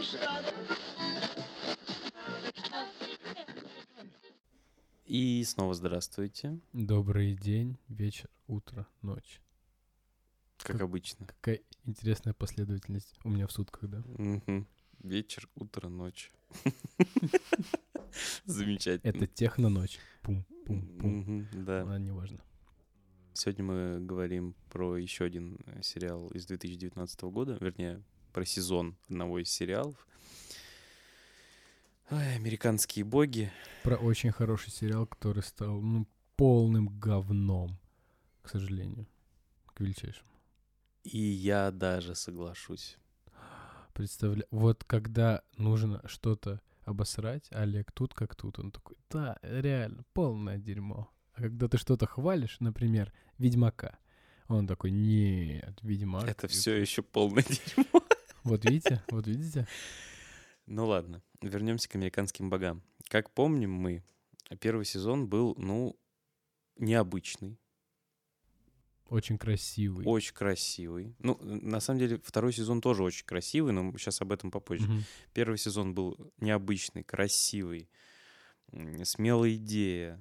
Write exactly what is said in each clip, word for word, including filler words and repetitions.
И снова здравствуйте. Добрый день, вечер, утро, ночь. Как, как обычно. Какая интересная последовательность у меня в сутках, да? Угу. Вечер, утро, ночь. Замечательно. Это техно-ночь. Пум-пум-пум. Да. А, неважно. Сегодня мы говорим про еще один сериал из две тысячи девятнадцатого года, вернее, про сезон одного из сериалов. Ой, «Американские боги». Про очень хороший сериал, который стал, ну, полным говном, к сожалению, к величайшему. И я даже соглашусь. Представляю, вот когда нужно что-то обосрать, Олег тут как тут, он такой, да, реально, полное дерьмо. А когда ты что-то хвалишь, например, Ведьмака, он такой, нет, Ведьмак... Это все еще полное дерьмо. Вот видите, вот видите? Ну ладно, вернемся к «Американским богам». Как помним мы, первый сезон был, ну, необычный. Очень красивый. Очень красивый. Ну, на самом деле, второй сезон тоже очень красивый, но сейчас об этом попозже. Угу. Первый сезон был необычный, красивый, смелая идея,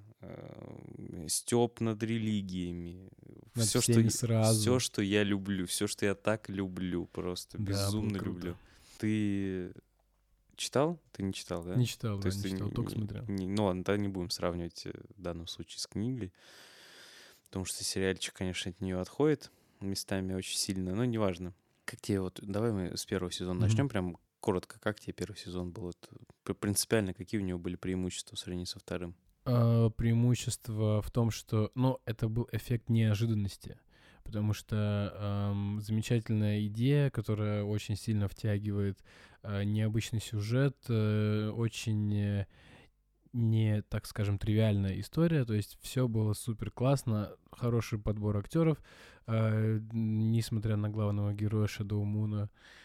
стёб над религиями. Над все, всеми что, сразу. все, что я люблю, все, что я так люблю, просто Да, безумно было круто. люблю. Ты читал? Ты не читал, да? Не читал, То да, есть не ты читал, не- только не- смотрел. не- ну ладно, тогда не будем сравнивать в данном случае с книгой, потому что сериальчик, конечно, от нее отходит местами очень сильно, но неважно. Как тебе вот, давай мы с первого сезона Мгм. начнем, прям коротко, как тебе первый сезон был? Это принципиально, какие у него были преимущества в сравнении со вторым? А, преимущество в том, что, ну, это был эффект неожиданности, потому что ам, замечательная идея, которая очень сильно втягивает а, необычный сюжет, э, очень э, не, так скажем, тривиальная история, то есть все было супер классно, хороший подбор актеров, а, несмотря на главного героя Шэдоу Муна,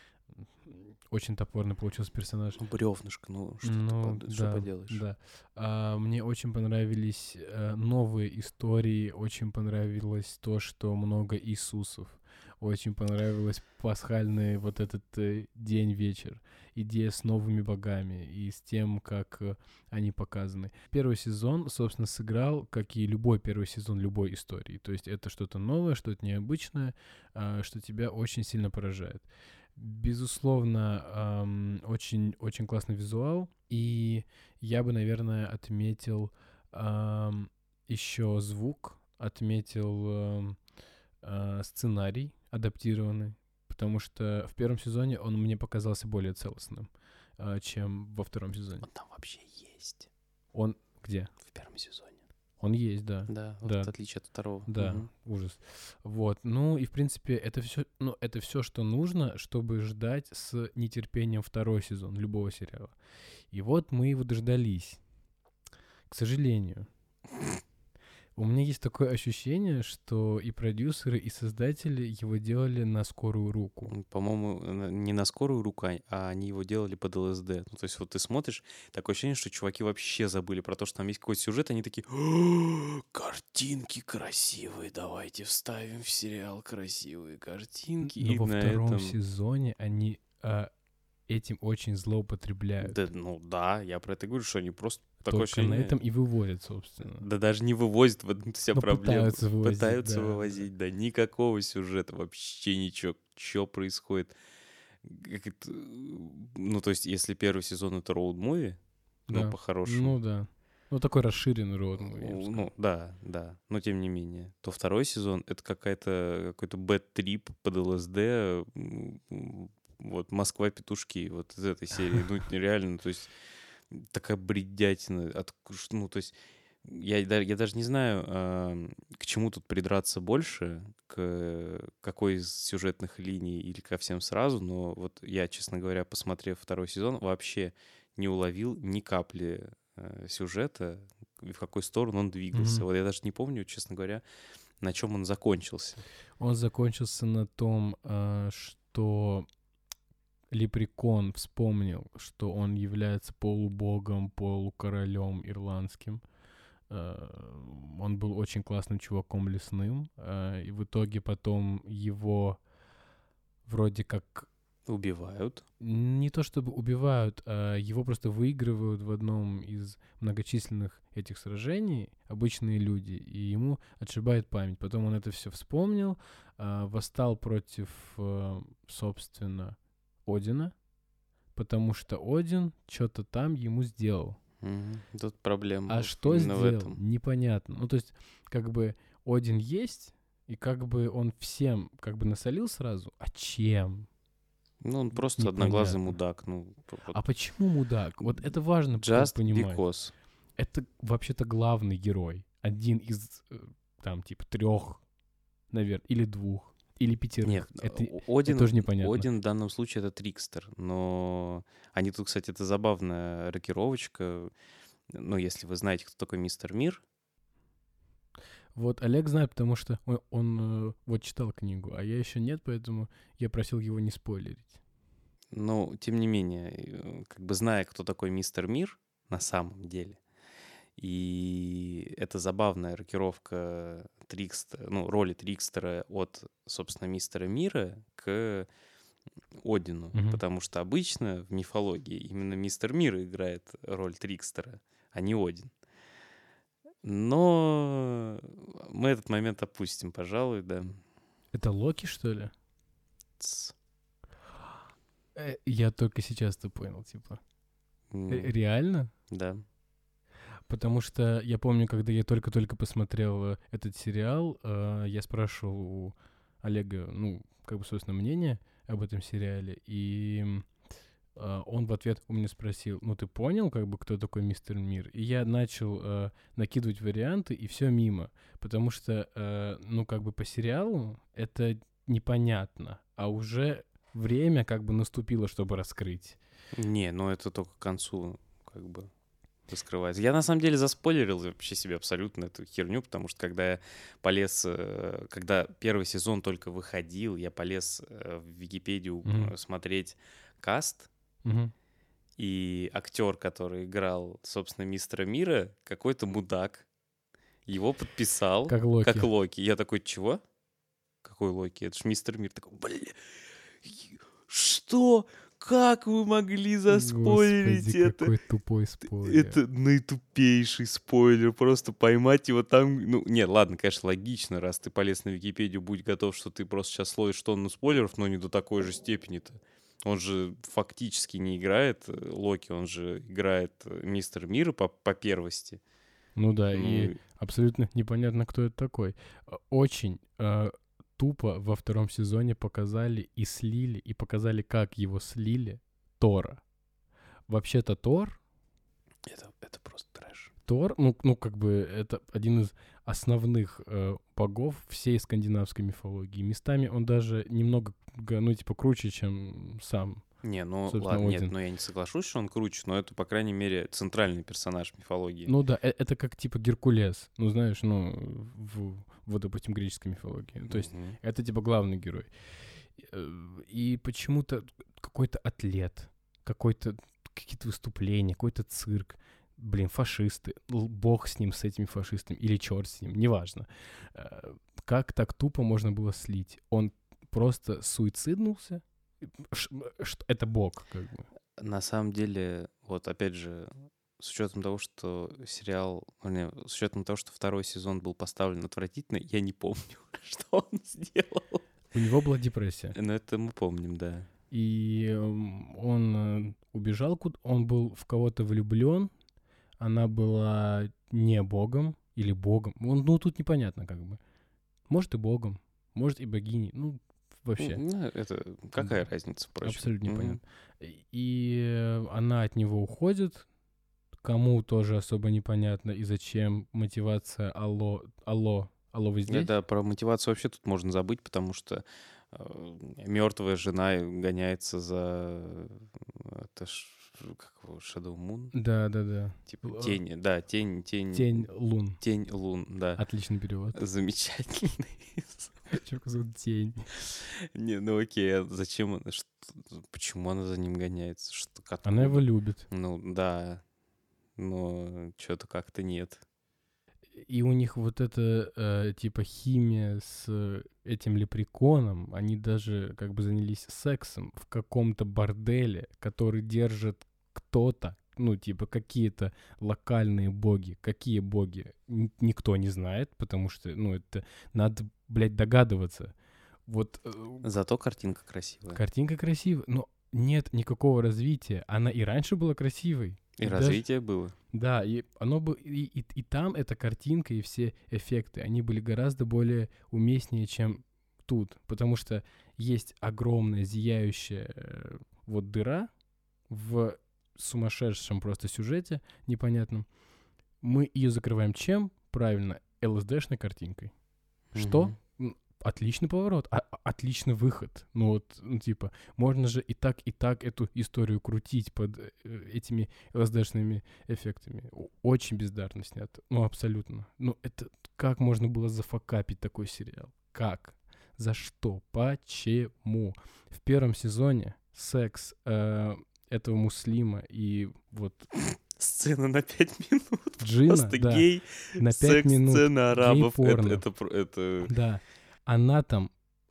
очень топорный получился персонаж. Ну, бревнышко, ну, что, Ну, ты, под- что да, поделаешь? да. А, мне очень понравились э, новые истории, очень понравилось то, что много Иисусов. Очень понравилось пасхальный вот этот э, день-вечер. Идея с новыми богами и с тем, как э, они показаны. Первый сезон, собственно, сыграл, как и любой первый сезон любой истории. То есть это что-то новое, что-то необычное, э, что тебя очень сильно поражает. Безусловно, эм, очень, очень классный визуал, и я бы, наверное, отметил эм, еще звук, отметил эм, э, сценарий адаптированный, потому что в первом сезоне он мне показался более целостным, э, чем во втором сезоне. Он там вообще есть. Он где? В первом сезоне. Он есть, да. Да, вот Да. в отличие от второго. Да, Мгм. ужас. Вот. Ну и в принципе это все, ну это все, что нужно, чтобы ждать с нетерпением второй сезон любого сериала. И вот мы его дождались. К сожалению. У меня есть такое ощущение, что и продюсеры, и создатели его делали на скорую руку. М, По-моему, на- не на скорую руку, а- а они его делали под ЛСД. Ну, то есть вот ты смотришь, такое ощущение, что чуваки вообще забыли про то, что там есть какой-то сюжет, они такие: «О, картинки красивые, давайте вставим в сериал красивые картинки». Но И во на втором этом... сезоне они а, этим очень злоупотребляют. Да, ну да, я про это говорю, что они просто такое Только ощущение... на этом и выводят, собственно. Да даже не вывозят, в этом вся Но проблема. пытаются вывозить, Пытаются да, вывозить, да. Никакого сюжета, вообще ничего. Что происходит? Как это, ну, то есть, если первый сезон — это роуд-муви, ну, Да. по-хорошему. Ну да. Ну такой расширенный род. Ну, ну, да, да. Но тем не менее. То второй сезон — это какая-то, какой-то бэд-трип под ЛСД. м, м, Вот «Москва-петушки», вот из этой серии. Ну, реально, то есть, такая бредятина. От, ну, то есть, я, да- я даже не знаю, ам, к чему тут придраться больше, к какой из сюжетных линий или ко всем сразу, но вот я, честно говоря, посмотрев второй сезон, вообще не уловил ни капли э, сюжета, в какой сторону он двигался. Мгм. Вот я даже не помню, честно говоря, на чем он закончился. Он закончился на том, а, что Лепрекон вспомнил, что он является полубогом, полукоролем ирландским. А, Он был очень классным чуваком лесным. а, И в итоге потом его вроде как Убивают. Не то чтобы убивают, а его просто выигрывают в одном из многочисленных этих сражений обычные люди, и ему отшибает память. Потом он это все вспомнил, а, восстал против, а, собственно, Одина, потому что Один что-то там ему сделал. Мгм. Тут проблема А вот что именно в сделал, этом. непонятно. Ну, то есть, как бы Один есть, и как бы он всем как бы насолил сразу, а чем? Ну, он просто одноглазый Непонятно. мудак. Ну, п- вот А почему мудак? Вот это важно как бы just понимать. because. Это вообще-то главный герой. Один из, э, там, типа, трех, наверное, или двух, или пятерых. Нет, Это, О- Один, это тоже непонятно. Один в данном случае это Трикстер, но они тут, кстати, это забавная рокировочка. Ну, если вы знаете, кто такой Мистер Мир, Вот Олег знает, потому что он, он, э, вот читал книгу, а я еще нет, поэтому я просил его не спойлерить. но тем не менее, э, как бы зная, кто такой Мистер Мир на самом деле, и это забавная рокировка Трикстера, ну, роли Трикстера от, собственно, Мистера Мира к Одину, Мгм. потому что обычно в мифологии именно Мистер Мир играет роль Трикстера, а не Один. Но мы этот момент опустим, пожалуй, да. Это Локи, что ли? Ц. Э, я только сейчас это понял, типа. Э, М, реально? Да. Потому что я помню, когда я только-только посмотрел э, этот сериал, э, я спрашивал у Олега, ну, как бы, собственно, мнение об этом сериале, и м, э, он в ответ у меня спросил, ну, ты понял, как бы, кто такой Мистер Мир? И я начал э, накидывать варианты, и все мимо, потому что, э, ну, как бы, по сериалу это непонятно, а уже время, как бы, наступило, чтобы раскрыть. Не, ну это только к концу, как бы, раскрывается. Я на самом деле заспойлерил вообще себе абсолютно эту херню, потому что когда я полез, э, когда первый сезон только выходил, я полез э, в Википедию Мгм. э, смотреть каст, Мгм. и актер, который играл, собственно, Мистера Мира, какой-то мудак, его подписал Как Локи. как Локи. Я такой, чего? Какой Локи? Это ж Мистер Мир. Такой, бля, что? Как вы могли заспойлерить Господи, это? какой тупой спойлер. Это наитупейший спойлер. Просто поймать его там... Ну, нет, ладно, конечно, логично, раз ты полез на Википедию, будь готов, что ты просто сейчас словишь тонну спойлеров, но не до такой же степени-то. Он же фактически не играет э, Локи, он же играет э, Мистер Мира по, по первости. Ну да, Ну, и абсолютно непонятно, кто это такой. Э, Очень э, тупо во втором сезоне показали и слили, и показали, как его слили, Тора. Вообще-то Тор, это, это просто трэш. Тор, ну, ну как бы это один из основных э, богов всей скандинавской мифологии. Местами он даже немного, г- ну, типа, круче, чем сам, Не, ну собственно, ладно, нет, Один. но я не соглашусь, что он круче, но это, по крайней мере, центральный персонаж мифологии. Ну да, э- это как типа Геркулес, ну знаешь, ну в, в допустим, греческой мифологии. То есть Мгм. это типа главный герой. Э, И почему-то какой-то атлет, какой-то какие-то выступления, какой-то цирк, блин, фашисты, л- бог с ним, с этими фашистами, или черт с ним, неважно. Э, Как так тупо можно было слить? Он просто суициднулся? Ш- ш- Это бог, как бы. На самом деле, вот опять же, с учетом того, что сериал, вернее, с учетом того, что второй сезон был поставлен отвратительно, я не помню, что он сделал. У него была депрессия. Но это мы помним, да. И эм, он э, убежал, куда он был в кого-то влюблен, она была не богом или богом. Он, ну, тут непонятно как бы. Может и богом, может и богиней. Ну, вообще, Ну, это какая разница, впрочем. абсолютно Мгм. непонятно. И э, она от него уходит, кому тоже особо непонятно и зачем мотивация «Алло, алло, алло, вы здесь?» Да, про мотивацию вообще тут можно забыть, потому что мертвая жена гоняется за это ж, как его, Shadow Moon? Да, да, да. Типа Л- тень, да, тень, тень, Тень лун. тень лун, да. Отличный перевод. Замечательный. Чувака зовут Тень. Не, ну окей, а зачем она, что- почему она за ним гоняется? Что, Она его откуда? любит. Ну да, но что-то как-то нет. и у них вот эта, э, типа, химия с этим лепреконом, они даже как бы занялись сексом в каком-то борделе, который держит кто-то, ну, типа, какие-то локальные боги. Какие боги? Н- никто не знает, потому что, ну, это надо, блядь, догадываться. Вот э, Зато картинка красивая. картинка красивая, но нет никакого развития. Она и раньше была красивой. И, И даже- развитие было. Да, и оно бы и, и, и там эта картинка и все эффекты, они были гораздо более уместнее, чем тут, потому что есть огромная зияющая э, вот дыра в сумасшедшем просто сюжете непонятном. Мы ее закрываем чем? Правильно, эл эс ди-шной картинкой. Что? Мгм. М, Отличный поворот, а- а- отличный выход. Ну вот, ну, типа, можно же и так, и так эту историю крутить под э, этими эл эс ди-шными эффектами. О- Очень бездарно снято. Ну, абсолютно. Ну, это как можно было зафакапить такой сериал? Как? За что? Почему? В первом сезоне секс э, этого Муслима и вот Сцена на пять минут. Джина, Просто да, гей, на пять минут секс-сцена арабов. Это, гей-порно. это, про- это... Да, она там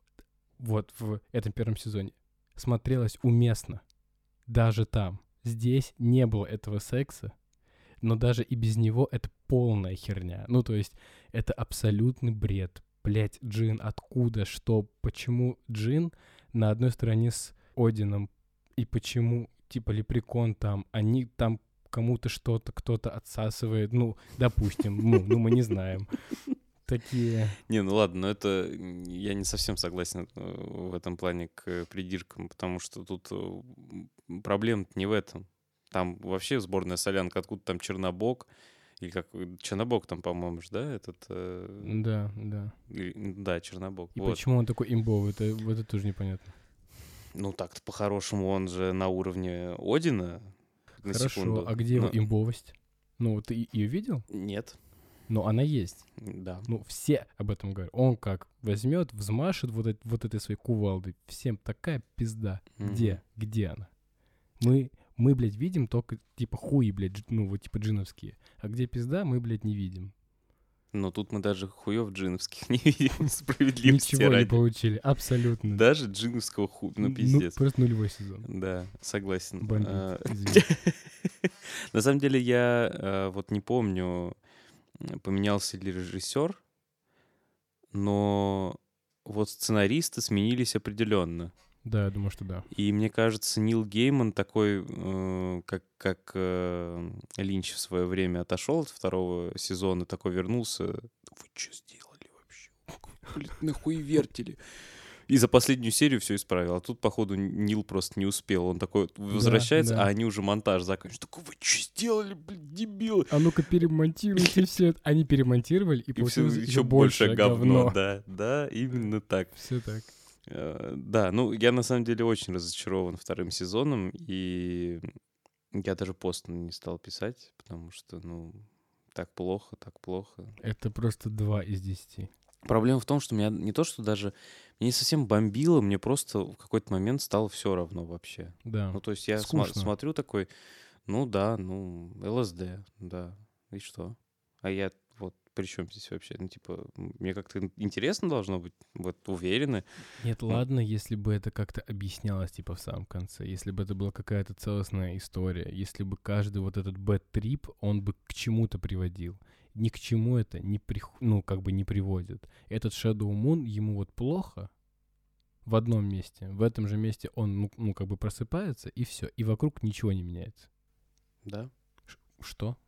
вот в этом первом сезоне смотрелась уместно. Даже там. Здесь не было этого секса, но даже и без него это полная херня. Ну, то есть это абсолютный бред. Блять, Джин, откуда, что, почему Джин на одной стороне с Одином, и почему, типа, Лепрекон там, они там кому-то что-то, кто-то отсасывает, ну, допустим, ну, ну мы не знаем. Такие... Не, ну ладно, но это м, я не совсем согласен э, в этом плане к э, придиркам, потому что тут э, м, проблема не в этом. Там вообще сборная солянка, откуда там Чернобог, или как э, Чернобог там, по-моему, же, да, этот... э, Да, да. или- да, Чернобог. И Вот. почему он такой имбовый, это, это тоже непонятно. Ну так-то по-хорошему он же на уровне Одина, на Хорошо, секунду. а где его Но- имбовость? Ну, ты ее видел? Нет, Но она есть. да. Ну, все об этом говорят. Он как возьмет, взмашет вот, эт- вот этой своей кувалдой. Всем такая пизда. Где? Мгм. Где она? Мы, мы, блядь, видим только, типа, хуи, блядь, дж- ну, вот, типа, джиновские. А где пизда, мы, блядь, не видим. Но тут мы даже хуев джиновских не видим, справедливости Ничего не ради. получили, абсолютно. Даже джиновского ху... Ну, Ну, пиздец. просто нулевой сезон. Да, согласен. Бомбит, А, извини. На самом деле я э, вот не помню, м, поменялся ли режиссер, но вот сценаристы сменились определенно. Да, я думаю, что да. И мне кажется, Нил Гейман такой, э, как, как э, Линч в свое время отошел от второго сезона, такой вернулся. Вы что сделали вообще? Блин, нахуй вертели. И за последнюю серию все исправил. А тут, походу, Нил просто не успел. Он такой вот возвращается, да. а они уже монтаж заканчивают. Такой, вы что сделали, блин, дебилы? А ну-ка перемонтируйте все. Они перемонтировали, и И все получилось еще еще больше больше говно. говно. Да, да, именно так. Все так. Э, Да, ну, я на самом деле очень разочарован вторым сезоном, и я даже пост не стал писать, потому что, ну, так плохо, так плохо. Это просто два из десяти. Проблема в том, что меня не то, что даже... Меня не совсем бомбило, мне просто в какой-то момент стало все равно вообще. Да. Ну, то есть я сма- Скучно. смотрю такой, ну да, ну, эл эс ди, да, и что? А я вот при чем здесь вообще? Ну, типа, м, мне как-то ин- интересно должно быть, вот уверены. Нет, Ну. ладно, если бы это как-то объяснялось, типа, в самом конце. Если бы это была какая-то целостная история. Если бы каждый вот этот бэд-трип, он бы к чему-то приводил. Ни к чему это не прих... ну, как бы не приводит. Этот Shadow Moon, ему вот плохо в одном месте. В этом же месте он, ну, ну как бы просыпается, и все. И вокруг ничего не меняется. Да. Что?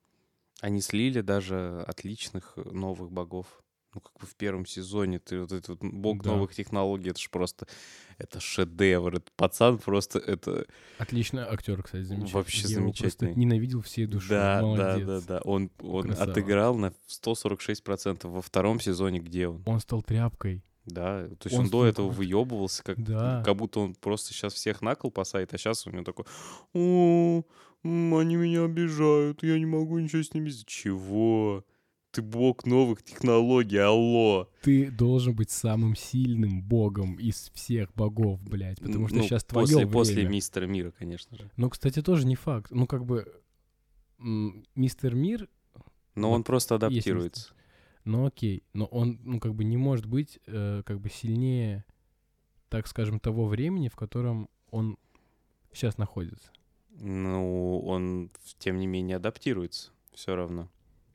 Они слили даже отличных э, новых богов. Ну, как бы в первом сезоне ты вот этот вот бог Да. новых технологий, это же просто, это шедевр. Этот пацан просто, это... Отличный актер, кстати, замечательный. Вообще Я его просто замечательный. ненавидел всей душой. Да, Молодец. да, да, да. Он, он Красава. отыграл на сто сорок шесть процентов. Во втором сезоне где он? Он стал тряпкой. Да, то есть Он он, до стал этого какой-то- выебывался, как, Да. как будто он просто сейчас всех на кол посадит, а сейчас у него такой, о, м, они меня обижают, я не могу ничего с ними сделать. Чего? Ты бог новых технологий, алло. Ты должен быть самым сильным богом из всех богов, блядь, потому что Ну, сейчас твое после, время. после мистера Мира, конечно же. Ну, кстати, тоже не факт. Ну, как бы м, Мистер Мир, Но Вот он просто есть адаптируется. Ну окей, но он, ну, как бы не может быть, э, как бы сильнее, так скажем, того времени, в котором он сейчас находится. Ну, он, тем не менее, адаптируется все равно.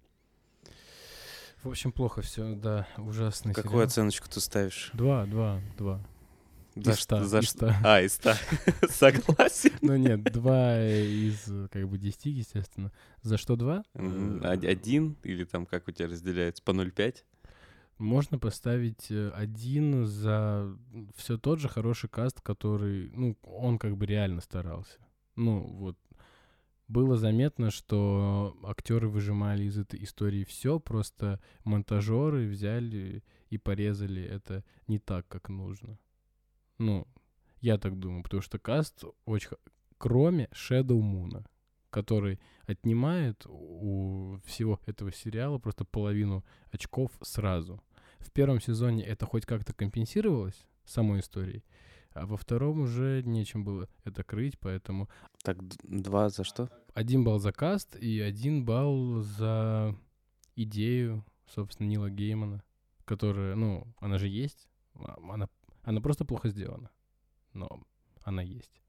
В общем, плохо все, да, ужасный Какую сериал. оценочку ты ставишь? Два, два, два. За Из что? ста, За из что? ста. А, из ста. Согласен. Ну нет, два из, э, как бы, десяти, естественно. За что два? Мгм. Э, Од- Один или там как у тебя разделяется? По ноль пять? Можно поставить э, один за все тот же хороший каст, который, ну, он как бы реально старался. Ну, вот. Было заметно, что актеры выжимали из этой истории все, просто монтажеры взяли и порезали это не так, как нужно. Ну, я так думаю, потому что каст очень... х- Кроме Shadow Moon, который отнимает у всего этого сериала просто половину очков сразу. В первом сезоне это хоть как-то компенсировалось самой историей, а во втором уже нечем было это крыть, поэтому Так, д- два за что? один балл за каст и один балл за идею, собственно, Нила Геймана, которая, ну, она же есть, а, она, она просто плохо сделана, но она есть.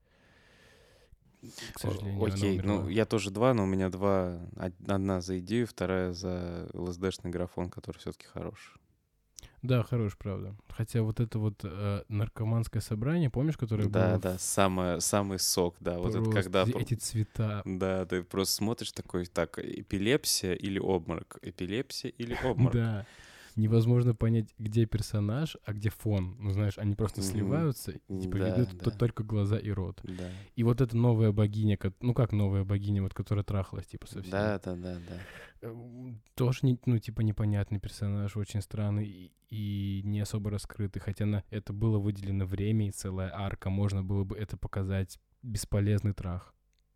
К О- сожалению, она Окей, ну умерла. я тоже два, но у меня два. од- Одна за идею, вторая за ЛСДшный графон, который все-таки хорош. Да, хорош, правда. Хотя вот это вот э, наркоманское собрание, помнишь, которое Да, было да, в- самое, самый сок, да. Вот это просто когда... пр- эти цвета. Да, ты просто смотришь такой, так, эпилепсия или обморок? Эпилепсия или обморок? Да. Невозможно понять, где персонаж, а где фон. Ну, знаешь, они просто Мгм. сливаются, и, типа, Да, видны т- да. только глаза и рот. Да, И вот эта новая богиня, ко- ну как новая богиня, вот которая трахалась, типа, со всеми. да, да, да, да. Э, Тоже, не, ну, типа, непонятный персонаж, очень странный и, и не особо раскрытый. Хотя на это было выделено время и целая арка. Можно было бы это показать бесполезный трах.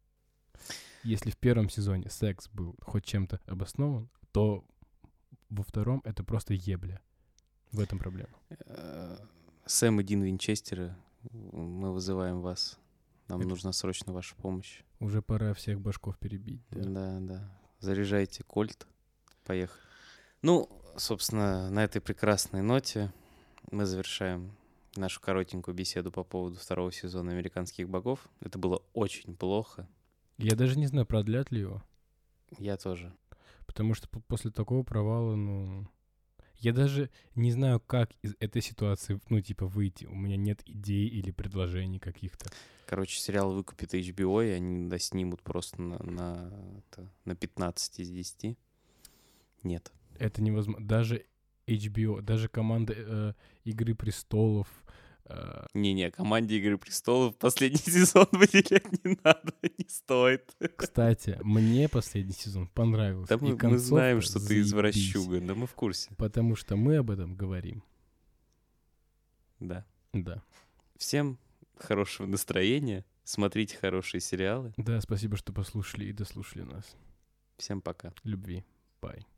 Если в первом сезоне секс был хоть чем-то обоснован, то во втором это просто ебля. В этом проблема. Э, Сэм и Дин Винчестеры, мы вызываем вас. Нам Это- нужна срочно ваша помощь. Уже пора всех башков перебить. Да. Да, да. Заряжайте кольт. Поехали. Ну, собственно, на этой прекрасной ноте мы завершаем нашу коротенькую беседу по поводу второго сезона «Американских богов». Это было очень плохо. Я даже не знаю, продлят ли его. Я тоже. Потому что п- после такого провала, ну... Я даже не знаю, как из этой ситуации, ну, типа, выйти. У меня нет идей или предложений каких-то. Короче, сериал выкупит эйч би о, и они доснимут просто на, на, это, на пятнадцать из десяти. Нет. Это невозможно. Даже эйч би о, даже команда э, «Игры престолов», э, Не-не, команде «Игры престолов» последний сезон выделять не надо, не стоит. кстати, мне последний сезон понравился. Да И мы, мы концовка знаем, что ты заебись, извращуга, да мы в курсе. потому что мы об этом говорим. Да. Да. Всем хорошего настроения, смотрите хорошие сериалы. Да, спасибо, что послушали и дослушали нас. Всем пока. Любви. Бай.